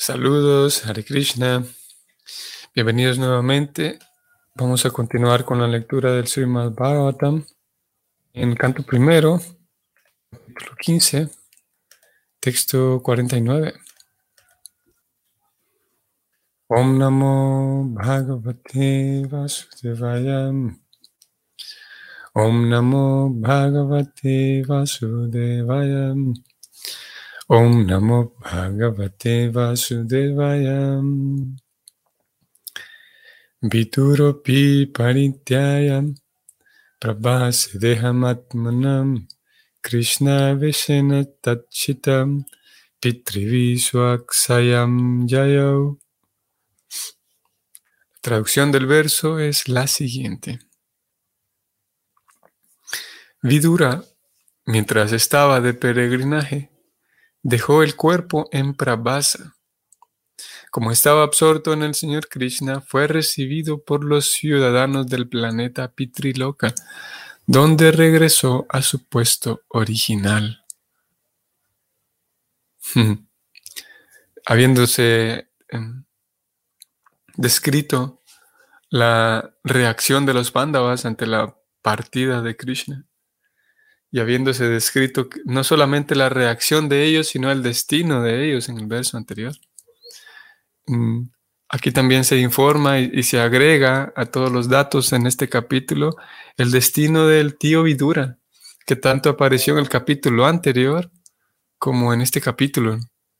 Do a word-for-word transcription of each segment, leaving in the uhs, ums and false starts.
Saludos, Hare Krishna. Bienvenidos nuevamente. Vamos a continuar con la lectura del Srimad Bhagavatam en canto primero, capítulo quince, texto cuarenta y nueve. Om Namo Bhagavate Vasudevaya. Om Namo Bhagavate Vasudevaya. Om Namo Bhagavate Vasudevaya. Viduropi Parityaya Prabhase Dehamatmanam Krishna Vishena Tachitam Pitriviswaksayam Yayo. La traducción del verso es la siguiente. Vidura, mientras estaba de peregrinaje, dejó el cuerpo en Prabhasa. Como estaba absorto en el Señor Krishna, fue recibido por los ciudadanos del planeta Pitriloka, donde regresó a su puesto original. Habiéndose eh, descrito la reacción de los Pándavas ante la partida de Krishna, y habiéndose descrito no solamente la reacción de ellos, sino el destino de ellos en el verso anterior. Aquí también se informa y, y se agrega a todos los datos en este capítulo el destino del tío Vidura, que tanto apareció en el capítulo anterior como en este capítulo.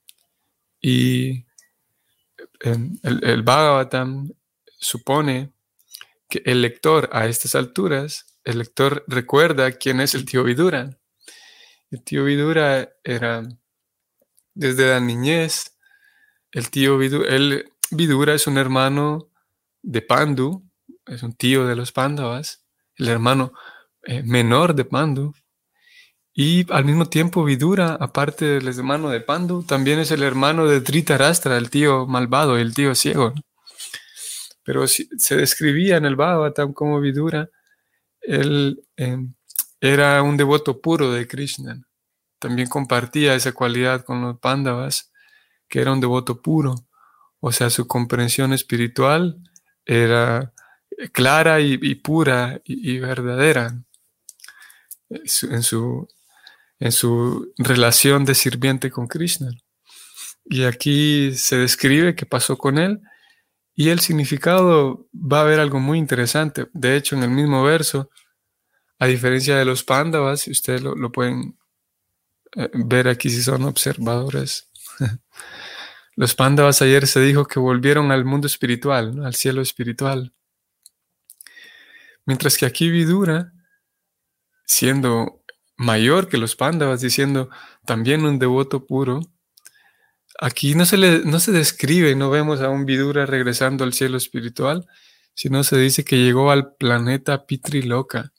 Y el, el Bhagavatam supone que el lector a estas alturas, el lector recuerda quién es el tío Vidura. El tío Vidura era desde la niñez, el tío Vidura, él Vidura es un hermano de Pandu, es un tío de los Pándavas, el hermano eh, menor de Pandu, y al mismo tiempo Vidura, aparte del hermano de Pandu, también es el hermano de Dhritarashtra, el tío malvado, el tío ciego. Pero si, se describía en el Bhagavatam como Vidura, él eh, era un devoto puro de Krishna. También compartía esa cualidad con los Pándavas, que era un devoto puro. O sea, su comprensión espiritual era clara y, y pura y, y verdadera en su, en su relación de sirviente con Krishna. Y aquí se describe qué pasó con él, y el significado va a haber algo muy interesante. De hecho, en el mismo verso, a diferencia de los Pándavas, si ustedes lo, lo pueden eh, ver aquí si son observadores, los Pándavas ayer se dijo que volvieron al mundo espiritual, ¿no? Al cielo espiritual. Mientras que aquí Vidura, siendo mayor que los Pándavas, diciendo también un devoto puro, aquí no se, le, no se describe, no vemos a un Vidura regresando al cielo espiritual, sino se dice que llegó al planeta Pitriloka.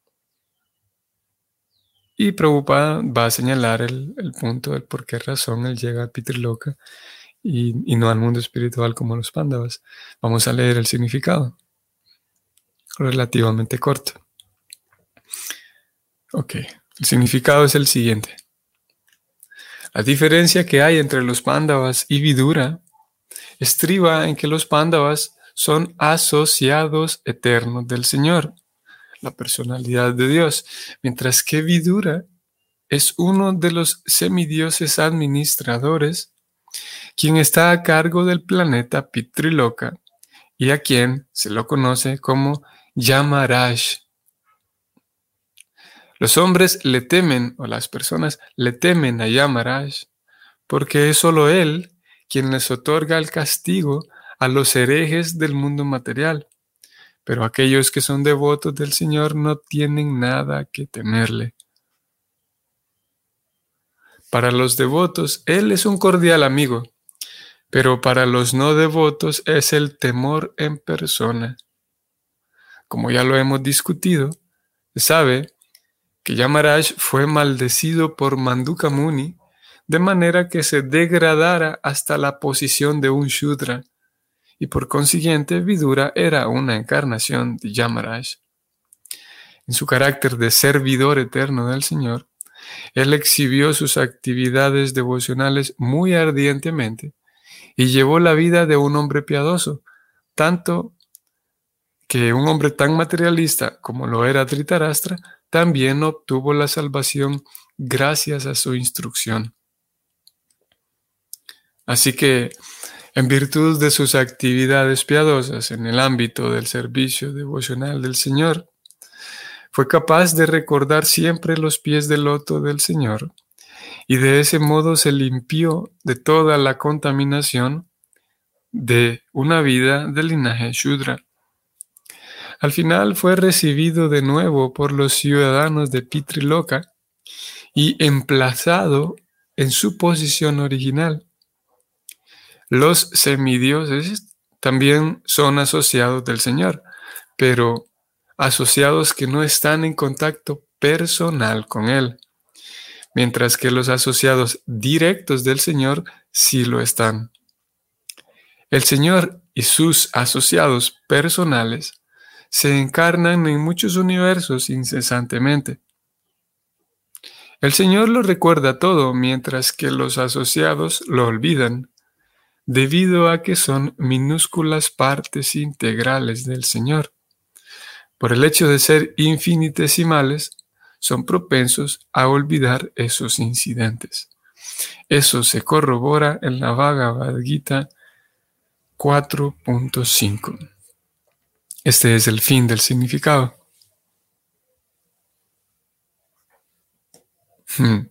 Y Prabhupada va a señalar el, el punto del por qué razón él llega a Pitriloka y, y no al mundo espiritual como los Pándavas. Vamos a leer el significado. Relativamente corto. Ok, el significado es el siguiente. La diferencia que hay entre los Pándavas y Vidura estriba en que los Pándavas son asociados eternos del Señor, la personalidad de Dios, mientras que Vidura es uno de los semidioses administradores, quien está a cargo del planeta Pitriloka y a quien se lo conoce como Yamaraj. Los hombres le temen, o las personas le temen a Yamaraj, porque es solo él quien les otorga el castigo a los herejes del mundo material. Pero aquellos que son devotos del Señor no tienen nada que temerle. Para los devotos, él es un cordial amigo, pero para los no devotos es el temor en persona. Como ya lo hemos discutido, se sabe que Yamaraj fue maldecido por Manduka Muni, de manera que se degradara hasta la posición de un Shudra, y por consiguiente Vidura era una encarnación de Yamaraj. En su carácter de servidor eterno del Señor, él exhibió sus actividades devocionales muy ardientemente y llevó la vida de un hombre piadoso, tanto que un hombre tan materialista como lo era Dhritarashtra también obtuvo la salvación gracias a su instrucción. Así que, en virtud de sus actividades piadosas en el ámbito del servicio devocional del Señor, fue capaz de recordar siempre los pies del loto del Señor, y de ese modo se limpió de toda la contaminación de una vida del linaje Shudra. Al final fue recibido de nuevo por los ciudadanos de Pitriloka y emplazado en su posición original. Los semidioses también son asociados del Señor, pero asociados que no están en contacto personal con Él, mientras que los asociados directos del Señor sí lo están. El Señor y sus asociados personales se encarnan en muchos universos incesantemente. El Señor lo recuerda todo, mientras que los asociados lo olvidan, debido a que son minúsculas partes integrales del Señor. Por el hecho de ser infinitesimales, son propensos a olvidar esos incidentes. Eso se corrobora en la Bhagavad Gita cuatro punto cinco. Este es el fin del significado. Hmm.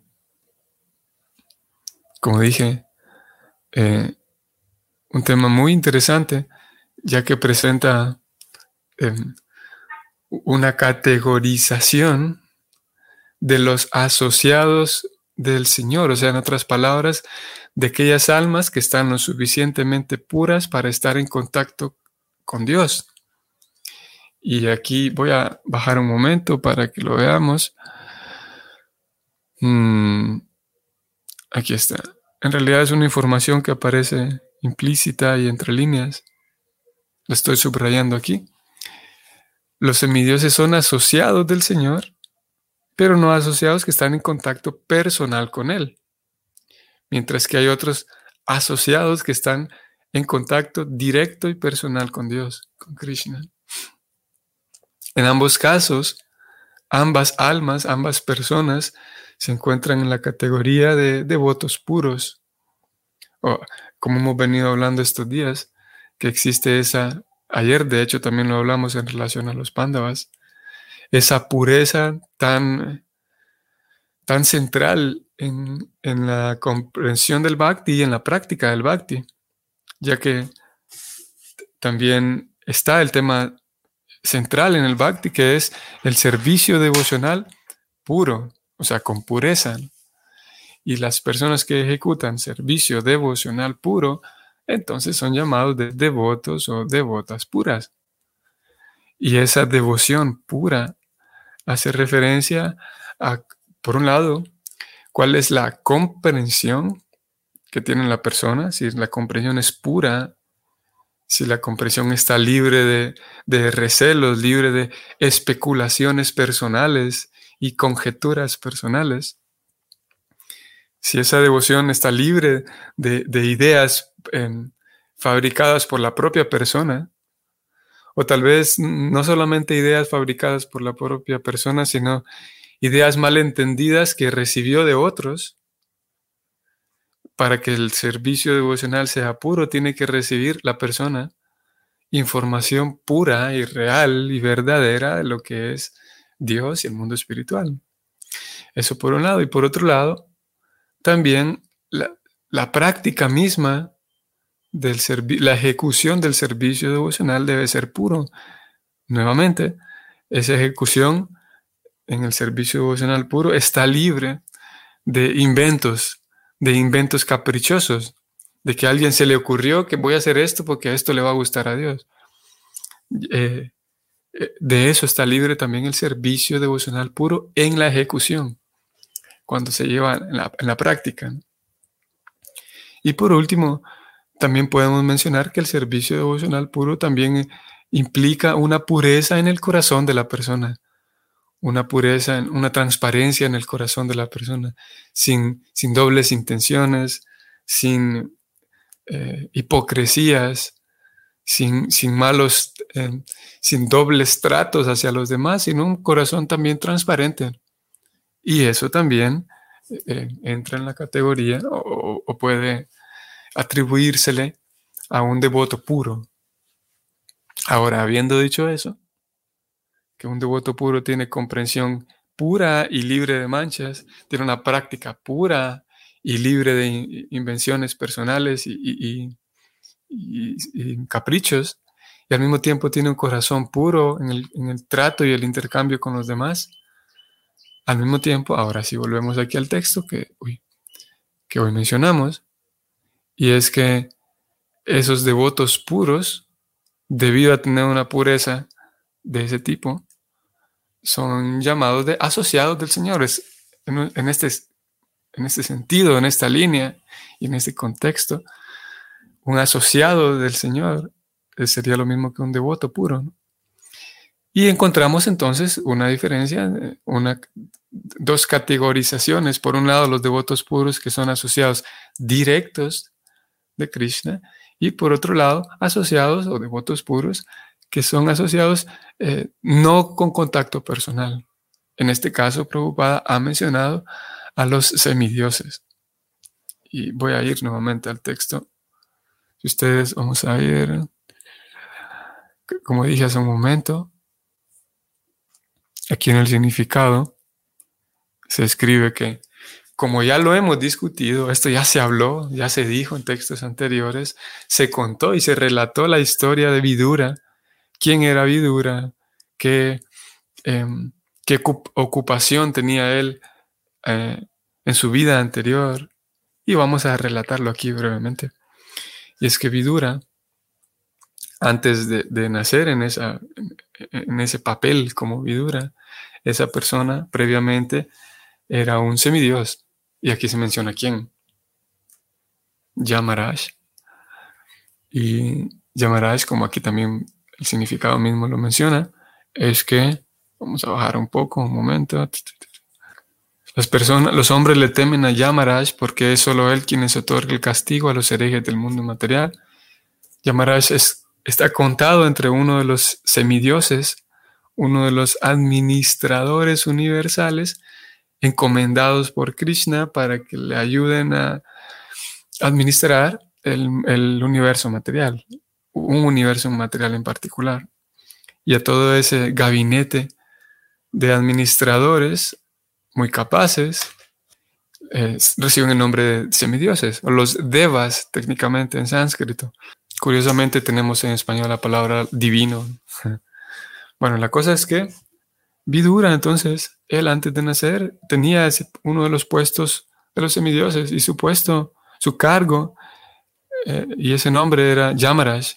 Como dije, eh, un tema muy interesante, ya que presenta eh, una categorización de los asociados del Señor, o sea, en otras palabras, de aquellas almas que están lo suficientemente puras para estar en contacto con Dios. Y aquí voy a bajar un momento para que lo veamos. Hmm, aquí está. En realidad es una información que aparece implícita y entre líneas. Lo estoy subrayando aquí. Los semidioses son asociados del Señor, pero no asociados que están en contacto personal con Él. Mientras que hay otros asociados que están en contacto directo y personal con Dios, con Krishna. En ambos casos, ambas almas, ambas personas se encuentran en la categoría de devotos puros. O, como hemos venido hablando estos días, que existe esa, ayer de hecho también lo hablamos en relación a los Pándavas, esa pureza tan, tan central en, en la comprensión del Bhakti y en la práctica del Bhakti, ya que también está el tema central en el Bhakti, que es el servicio devocional puro, o sea, con pureza. Y las personas que ejecutan servicio devocional puro, entonces son llamados de devotos o devotas puras. Y esa devoción pura hace referencia a, por un lado, cuál es la comprensión que tiene la persona, si la comprensión es pura, si la comprensión está libre de, de recelos, libre de especulaciones personales y conjeturas personales. Si esa devoción está libre de, de ideas eh, fabricadas por la propia persona, o tal vez no solamente ideas fabricadas por la propia persona, sino ideas malentendidas que recibió de otros. Para que el servicio devocional sea puro, tiene que recibir la persona información pura y real y verdadera de lo que es Dios y el mundo espiritual. Eso por un lado. Y por otro lado, también la, la práctica misma del servi- la ejecución del servicio devocional debe ser puro. Nuevamente, esa ejecución en el servicio devocional puro está libre de inventos, de inventos caprichosos, de que a alguien se le ocurrió que voy a hacer esto porque esto le va a gustar a Dios. Eh, de eso está libre también el servicio devocional puro en la ejecución, cuando se lleva en la, en la práctica. Y por último, también podemos mencionar que el servicio devocional puro también implica una pureza en el corazón de la persona, una pureza, una transparencia en el corazón de la persona, sin, sin dobles intenciones, sin eh, hipocresías, sin, sin malos, eh, sin dobles tratos hacia los demás, sino un corazón también transparente. Y eso también eh, entra en la categoría o, o puede atribuírsele a un devoto puro. Ahora, habiendo dicho eso, que un devoto puro tiene comprensión pura y libre de manchas, tiene una práctica pura y libre de in- invenciones personales y, y- y- y caprichos, y al mismo tiempo tiene un corazón puro en el, en el trato y el intercambio con los demás. Al mismo tiempo, ahora sí volvemos aquí al texto que, uy, que hoy mencionamos, y es que esos devotos puros, debido a tener una pureza de ese tipo, son llamados de asociados del Señor. Es, en, en, este, en este sentido, en esta línea y en este contexto, un asociado del Señor sería lo mismo que un devoto puro, ¿no? Y encontramos entonces una diferencia, una, dos categorizaciones. Por un lado, los devotos puros que son asociados directos de Krishna, y por otro lado, asociados o devotos puros que son asociados eh, no con contacto personal. En este caso, Prabhupada ha mencionado a los semidioses. Y voy a ir nuevamente al texto. Si ustedes, vamos a ver, como dije hace un momento, aquí en el significado se escribe que, como ya lo hemos discutido, esto ya se habló, ya se dijo en textos anteriores, se contó y se relató la historia de Vidura, quién era Vidura, qué, eh, qué ocupación tenía él eh, en su vida anterior, y vamos a relatarlo aquí brevemente. Y es que Vidura, antes de, de nacer en, esa, en ese papel como Vidura, esa persona previamente era un semidios. Y aquí se menciona quién. Yamaraj. Y Yamaraj, como aquí también el significado mismo lo menciona, es que, vamos a bajar un poco, un momento. Las personas, los hombres le temen a Yamaraj porque es solo él quien les otorga el castigo a los herejes del mundo material. Yamaraj es, está contado entre uno de los semidioses, uno de los administradores universales encomendados por Krishna para que le ayuden a administrar el, el universo material, un universo material en particular. Y a todo ese gabinete de administradores muy capaces eh, reciben el nombre de semidioses, o los devas técnicamente en sánscrito. Curiosamente tenemos en español la palabra divino. Bueno, la cosa es que Vidura, entonces, él antes de nacer tenía ese, uno de los puestos de los semidioses, y su puesto, su cargo, eh, y ese nombre era Yamaraj.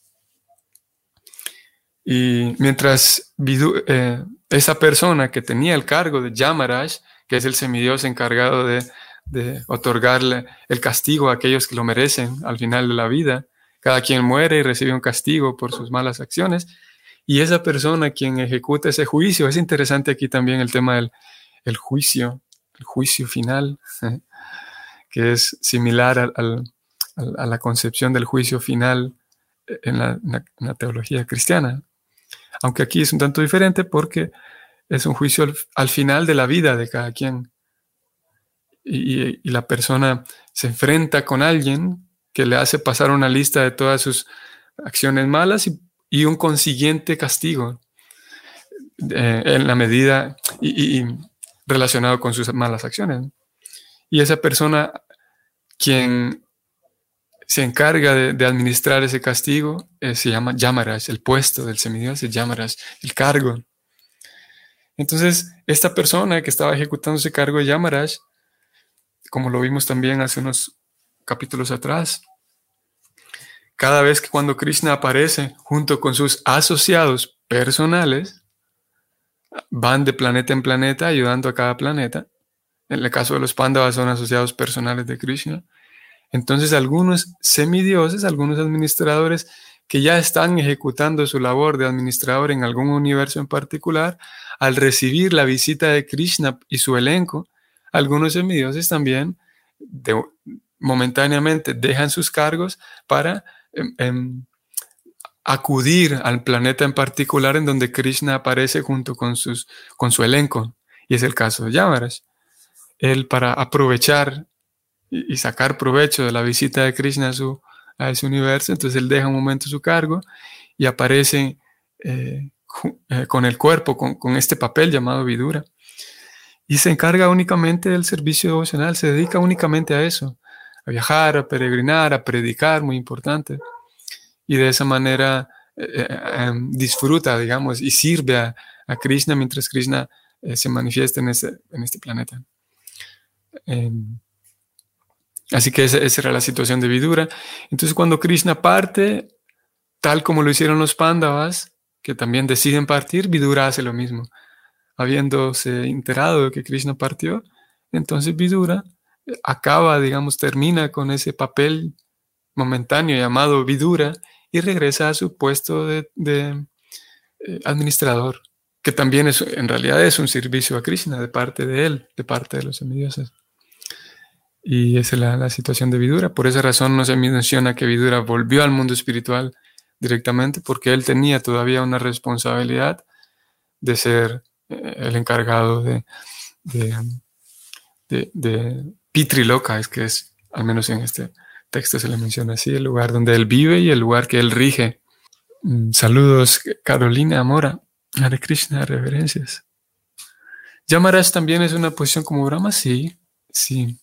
Y mientras Vidu, eh, esa persona que tenía el cargo de Yamaraj, que es el semidios encargado de, de otorgarle el castigo a aquellos que lo merecen al final de la vida, cada quien muere y recibe un castigo por sus malas acciones, y esa persona quien ejecuta ese juicio, es interesante aquí también el tema del el juicio, el juicio final, ¿eh? Que es similar al, al, a la concepción del juicio final en la, en la teología cristiana. Aunque aquí es un tanto diferente porque es un juicio al, al final de la vida de cada quien. Y, y, y la persona se enfrenta con alguien que le hace pasar una lista de todas sus acciones malas y, y un consiguiente castigo eh, en la medida y, y relacionado con sus malas acciones. Y esa persona quien se encarga de, de administrar ese castigo eh, se llama Yamaraj, el puesto del semidios es Yamaraj, el cargo. Entonces, esta persona que estaba ejecutando ese cargo de Yamaraj, como lo vimos también hace unos capítulos atrás, cada vez que cuando Krishna aparece junto con sus asociados personales, van de planeta en planeta ayudando a cada planeta. En el caso de los Pándavas son asociados personales de Krishna. Entonces algunos semidioses, algunos administradores que ya están ejecutando su labor de administrador en algún universo en particular, al recibir la visita de Krishna y su elenco, algunos semidioses también, de, momentáneamente dejan sus cargos para em, em, acudir al planeta en particular en donde Krishna aparece junto con, sus, con su elenco. Y es el caso de Yamaraj. Él, para aprovechar y, y sacar provecho de la visita de Krishna a, su, a ese universo, entonces él deja un momento su cargo y aparece eh, eh, con el cuerpo, con, con este papel llamado Vidura. Y se encarga únicamente del servicio devocional, se dedica únicamente a eso, a viajar, a peregrinar, a predicar, muy importante. Y de esa manera eh, eh, disfruta, digamos, y sirve a, a Krishna mientras Krishna eh, se manifiesta en, ese, en este planeta. Eh, así que esa, esa era la situación de Vidura. Entonces cuando Krishna parte, tal como lo hicieron los Pándavas, que también deciden partir, Vidura hace lo mismo. Habiéndose enterado de que Krishna partió, entonces Vidura acaba, digamos, termina con ese papel momentáneo llamado Vidura y regresa a su puesto de, de eh, administrador, que también es, en realidad es un servicio a Krishna de parte de él, de parte de los semidioses. Y esa es la, la situación de Vidura. Por esa razón no se menciona que Vidura volvió al mundo espiritual directamente, porque él tenía todavía una responsabilidad de ser eh, el encargado de, de, de, de Pitriloka, es que es, al menos en este texto se le menciona así, el lugar donde él vive y el lugar que él rige. Mm, saludos, Carolina Mora. Hare Krishna, reverencias. Yamaraj también es una posición como Brahma, sí, sí.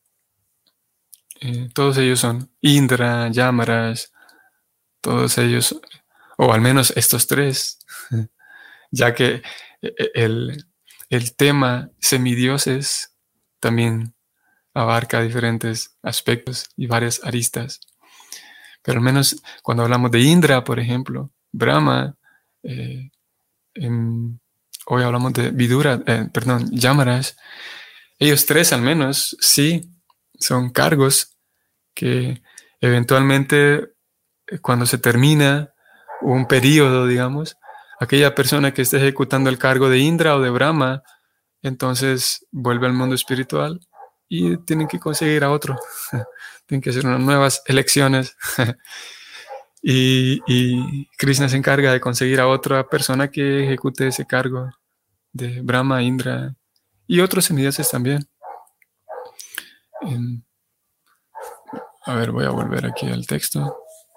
Eh, todos ellos son Indra, Yamaraj, todos ellos, o al menos estos tres, ya que el, el tema semidioses también abarca diferentes aspectos y varias aristas. Pero al menos cuando hablamos de Indra, por ejemplo, Brahma, eh, en, hoy hablamos de Vidura, eh, perdón, Yamaraj, ellos tres al menos, sí, son cargos que eventualmente cuando se termina un periodo, digamos, aquella persona que esté ejecutando el cargo de Indra o de Brahma, entonces vuelve al mundo espiritual y tienen que conseguir a otro. Tienen que hacer unas nuevas elecciones. y, y Krishna se encarga de conseguir a otra persona que ejecute ese cargo de Brahma, Indra y otros semidioses también. Um, a ver, voy a volver aquí al texto.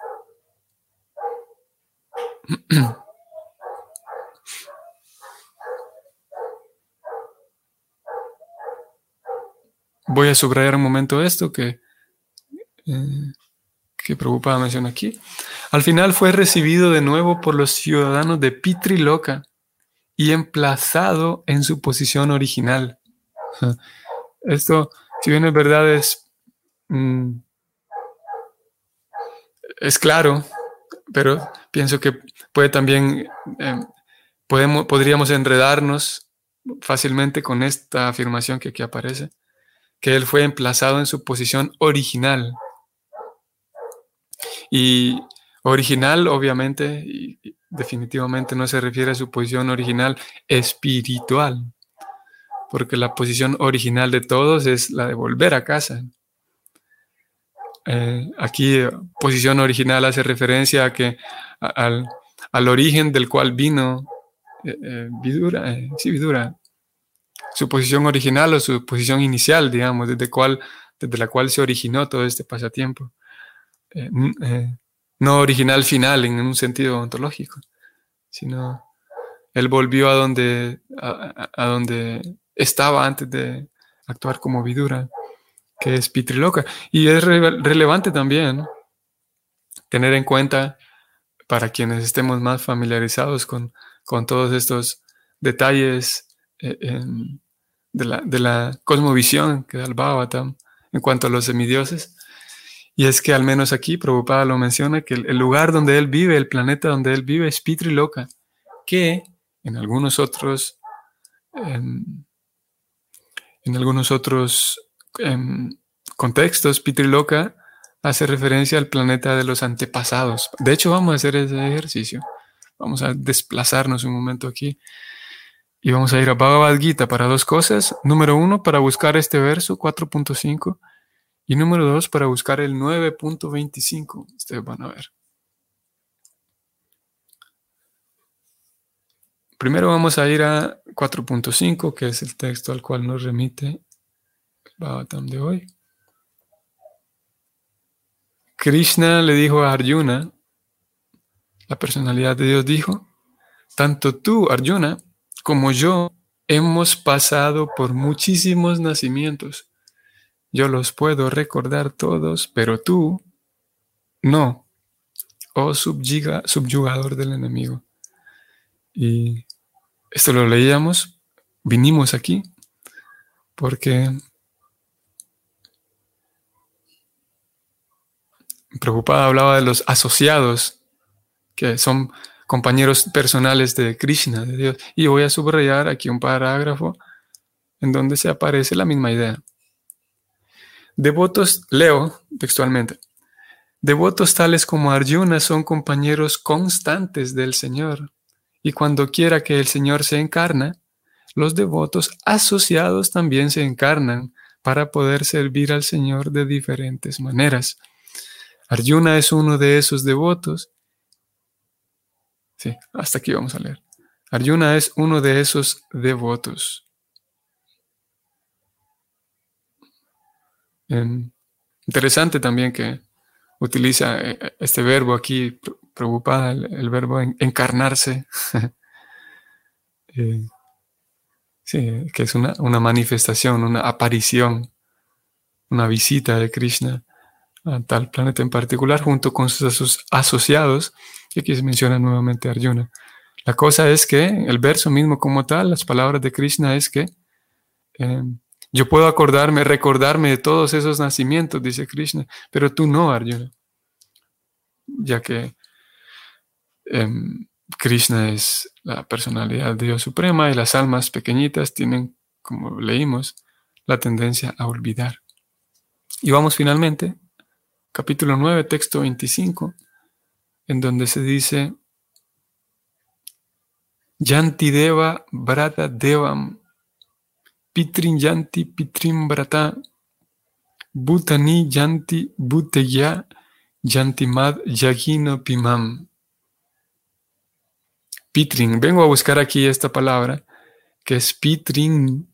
Voy a subrayar un momento esto que, eh, que Prabhupada menciona aquí. Al final fue recibido de nuevo por los ciudadanos de Pitriloka y emplazado en su posición original. Esto, si bien es verdad, es, mm, es claro, pero pienso que puede también, eh, podemos, podríamos enredarnos fácilmente con esta afirmación que aquí aparece, que él fue emplazado en su posición original. Y original, obviamente, y definitivamente no se refiere a su posición original espiritual, porque la posición original de todos es la de volver a casa. Eh, aquí, posición original hace referencia a que a, al, al origen del cual vino eh, eh, Vidura, eh, sí, Vidura, su posición original o su posición inicial, digamos, desde, cual, desde la cual se originó todo este pasatiempo. Eh, eh, no original final en un sentido ontológico, sino él volvió a donde, a, a donde estaba antes de actuar como Vidura, que es Pitriloka. Y es re relevante también, ¿no?, tener en cuenta, para quienes estemos más familiarizados con, con todos estos detalles eh, en, de, la, de la cosmovisión que da el Bhagavatam en cuanto a los semidioses. Y es que al menos aquí Prabhupada lo menciona, que el, el lugar donde él vive, el planeta donde él vive es Pitriloka, que en algunos otros en, en algunos otros en contextos, Pitriloka hace referencia al planeta de los antepasados. De hecho, vamos a hacer ese ejercicio. Vamos a desplazarnos un momento aquí y vamos a ir a Bhagavad Gita para dos cosas. Número uno, para buscar este verso cuatro punto cinco, Y número dos, para buscar el nueve punto veinticinco. Ustedes van a ver. Primero vamos a ir a cuatro punto cinco, que es el texto al cual nos remite el Bhagavatam de hoy. Krishna le dijo a Arjuna, la personalidad de Dios dijo, tanto tú, Arjuna, como yo hemos pasado por muchísimos nacimientos. Yo los puedo recordar todos, pero tú no, oh subyuga, subyugador del enemigo. Y esto lo leíamos, vinimos aquí, porque Prabhupada hablaba de los asociados, que son compañeros personales de Krishna, de Dios. Y voy a subrayar aquí un parágrafo en donde se aparece la misma idea. Devotos, leo textualmente, devotos tales como Arjuna son compañeros constantes del Señor. Y cuando quiera que el Señor se encarna, los devotos asociados también se encarnan para poder servir al Señor de diferentes maneras. Arjuna es uno de esos devotos. Sí, hasta aquí vamos a leer. Arjuna es uno de esos devotos. Eh, interesante también que utiliza este verbo aquí, Prabhupada, el, el verbo en, encarnarse. eh, sí, que es una, una manifestación, una aparición, una visita de Krishna a tal planeta en particular, junto con sus, sus asociados, y aquí se menciona nuevamente Arjuna. La cosa es que el verso mismo como tal, las palabras de Krishna es que eh, yo puedo acordarme, recordarme de todos esos nacimientos, dice Krishna, pero tú no, Arjuna, ya que eh, Krishna es la personalidad de Dios suprema y las almas pequeñitas tienen, como leímos, la tendencia a olvidar. Y vamos finalmente, capítulo nueve, texto veinticinco, en donde se dice Yanti Deva Brata Devam Pitrin Yanti Pitrim Brata Bhutani Yanti Bhuteya Yantimad Yagino Pimam. Pitrin, vengo a buscar aquí esta palabra, que es Pitrin.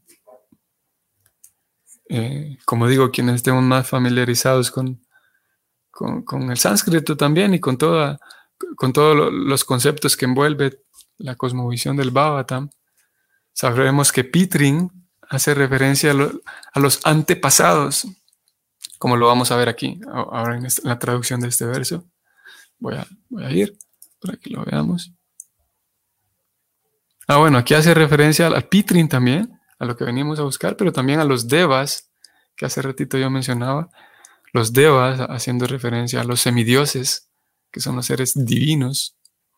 Eh, como digo, quienes estemos más familiarizados con, con, con el sánscrito también y con, toda, con todos lo, los conceptos que envuelve la cosmovisión del Bhagavatam, sabremos que Pitrin hace referencia a, lo, a los antepasados, como lo vamos a ver aquí, ahora en, esta, en la traducción de este verso. Voy a, voy a ir para que lo veamos. Ah, bueno, aquí hace referencia al Pitrin también, a lo que venimos a buscar, pero también a los devas, que hace ratito yo mencionaba, los devas haciendo referencia a los semidioses, que son los seres divinos,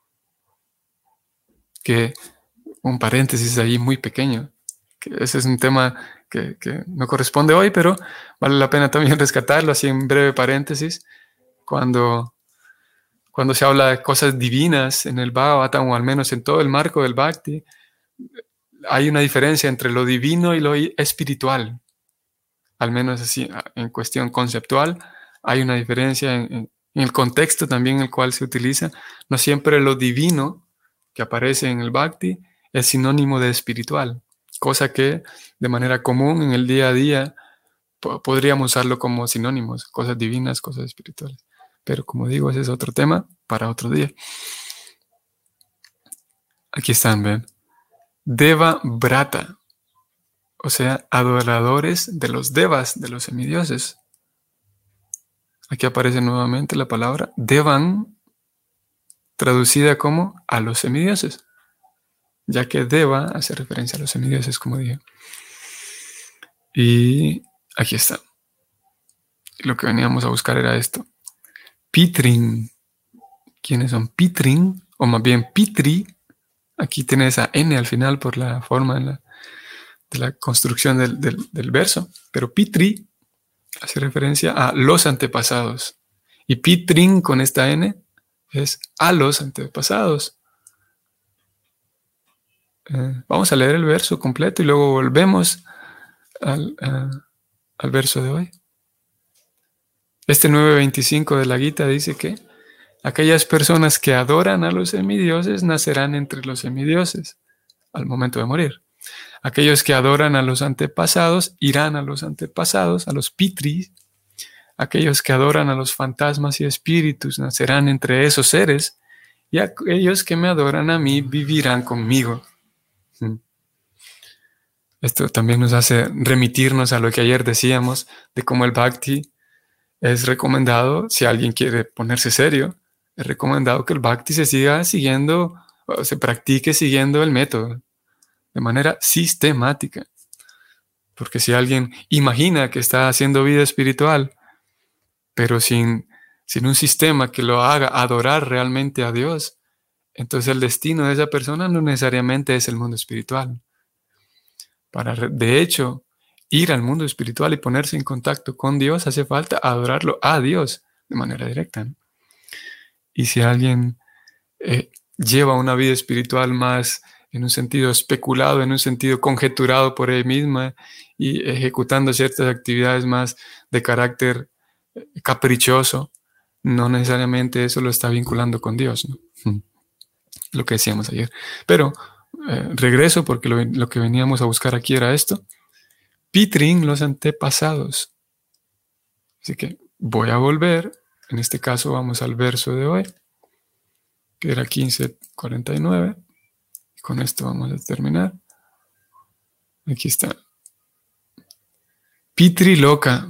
que un paréntesis ahí muy pequeño, que ese es un tema que, que no corresponde hoy, pero vale la pena también rescatarlo, así en breve paréntesis, cuando, cuando se habla de cosas divinas en el Bhagavatam, o al menos en todo el marco del Bhakti, hay una diferencia entre lo divino y lo espiritual. Al menos así, en cuestión conceptual, hay una diferencia en, en, en el contexto también en el cual se utiliza. No siempre lo divino que aparece en el Bhakti es sinónimo de espiritual, cosa que de manera común en el día a día po- podríamos usarlo como sinónimos, cosas divinas, cosas espirituales. Pero como digo, ese es otro tema para otro día. Aquí están, ven. Deva Brata, o sea, adoradores de los devas, de los semidioses. Aquí aparece nuevamente la palabra Devan, traducida como a los semidioses, ya que Deva hace referencia a los semidioses, como dije. Y aquí está. Lo que veníamos a buscar era esto. Pitrin. ¿Quiénes son Pitrin? O más bien Pitri. Aquí tiene esa N al final por la forma de la, de la construcción del, del, del verso. Pero Pitri hace referencia a los antepasados. Y Pitrin con esta N es a los antepasados. Eh, vamos a leer el verso completo y luego volvemos al, uh, al verso de hoy. Este nueve veinticinco de la Gita dice que aquellas personas que adoran a los semidioses nacerán entre los semidioses al momento de morir. Aquellos que adoran a los antepasados irán a los antepasados, a los pitris. Aquellos que adoran a los fantasmas y espíritus nacerán entre esos seres, y aquellos que me adoran a mí vivirán conmigo. Esto también nos hace remitirnos a lo que ayer decíamos de cómo el bhakti es recomendado, si alguien quiere ponerse serio, es recomendado que el bhakti se siga siguiendo, o se practique siguiendo el método de manera sistemática. Porque si alguien imagina que está haciendo vida espiritual, pero sin, sin un sistema que lo haga adorar realmente a Dios, entonces el destino de esa persona no necesariamente es el mundo espiritual. Para, de hecho, ir al mundo espiritual y ponerse en contacto con Dios, hace falta adorarlo a Dios de manera directa, ¿no? Y si alguien eh, lleva una vida espiritual más en un sentido especulado, en un sentido conjeturado por él misma y ejecutando ciertas actividades más de carácter caprichoso, no necesariamente eso lo está vinculando con Dios, ¿no? Lo que decíamos ayer. Pero eh, regreso porque lo, lo que veníamos a buscar aquí era esto. Pitrin, los antepasados. Así que voy a volver. En este caso vamos al verso de hoy, que era quince cuarenta y nueve. Y con esto vamos a terminar. Aquí está. Pitriloka.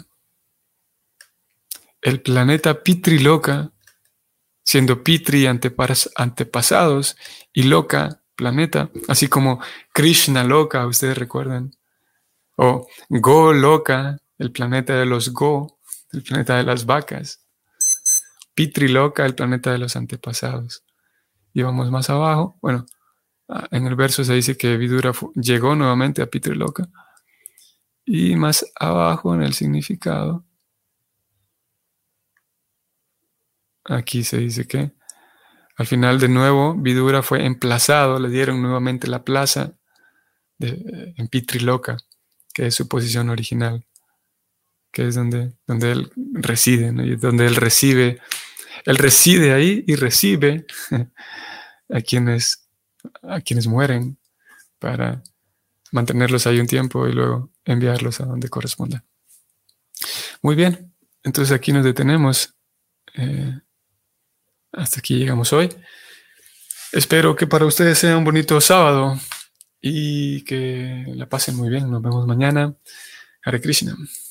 El planeta Pitriloka, siendo Pitri antepas antepasados y Loka, planeta, así como Krishna Loka, ustedes recuerdan, o Go Loka, el planeta de los Go, el planeta de las vacas, Pitriloka, el planeta de los antepasados. Y vamos más abajo, bueno, en el verso se dice que Vidura llegó nuevamente a Pitriloka, y más abajo en el significado, aquí se dice que al final de nuevo Vidura fue emplazado, le dieron nuevamente la plaza de, en Pitriloka, que es su posición original, que es donde, donde él reside, ¿no? Y donde él recibe, él reside ahí y recibe a quienes, a quienes mueren para mantenerlos ahí un tiempo y luego enviarlos a donde corresponda. Muy bien, entonces aquí nos detenemos. Eh, hasta aquí llegamos hoy. Espero que para ustedes sea un bonito sábado y que la pasen muy bien. Nos vemos mañana. Hare Krishna.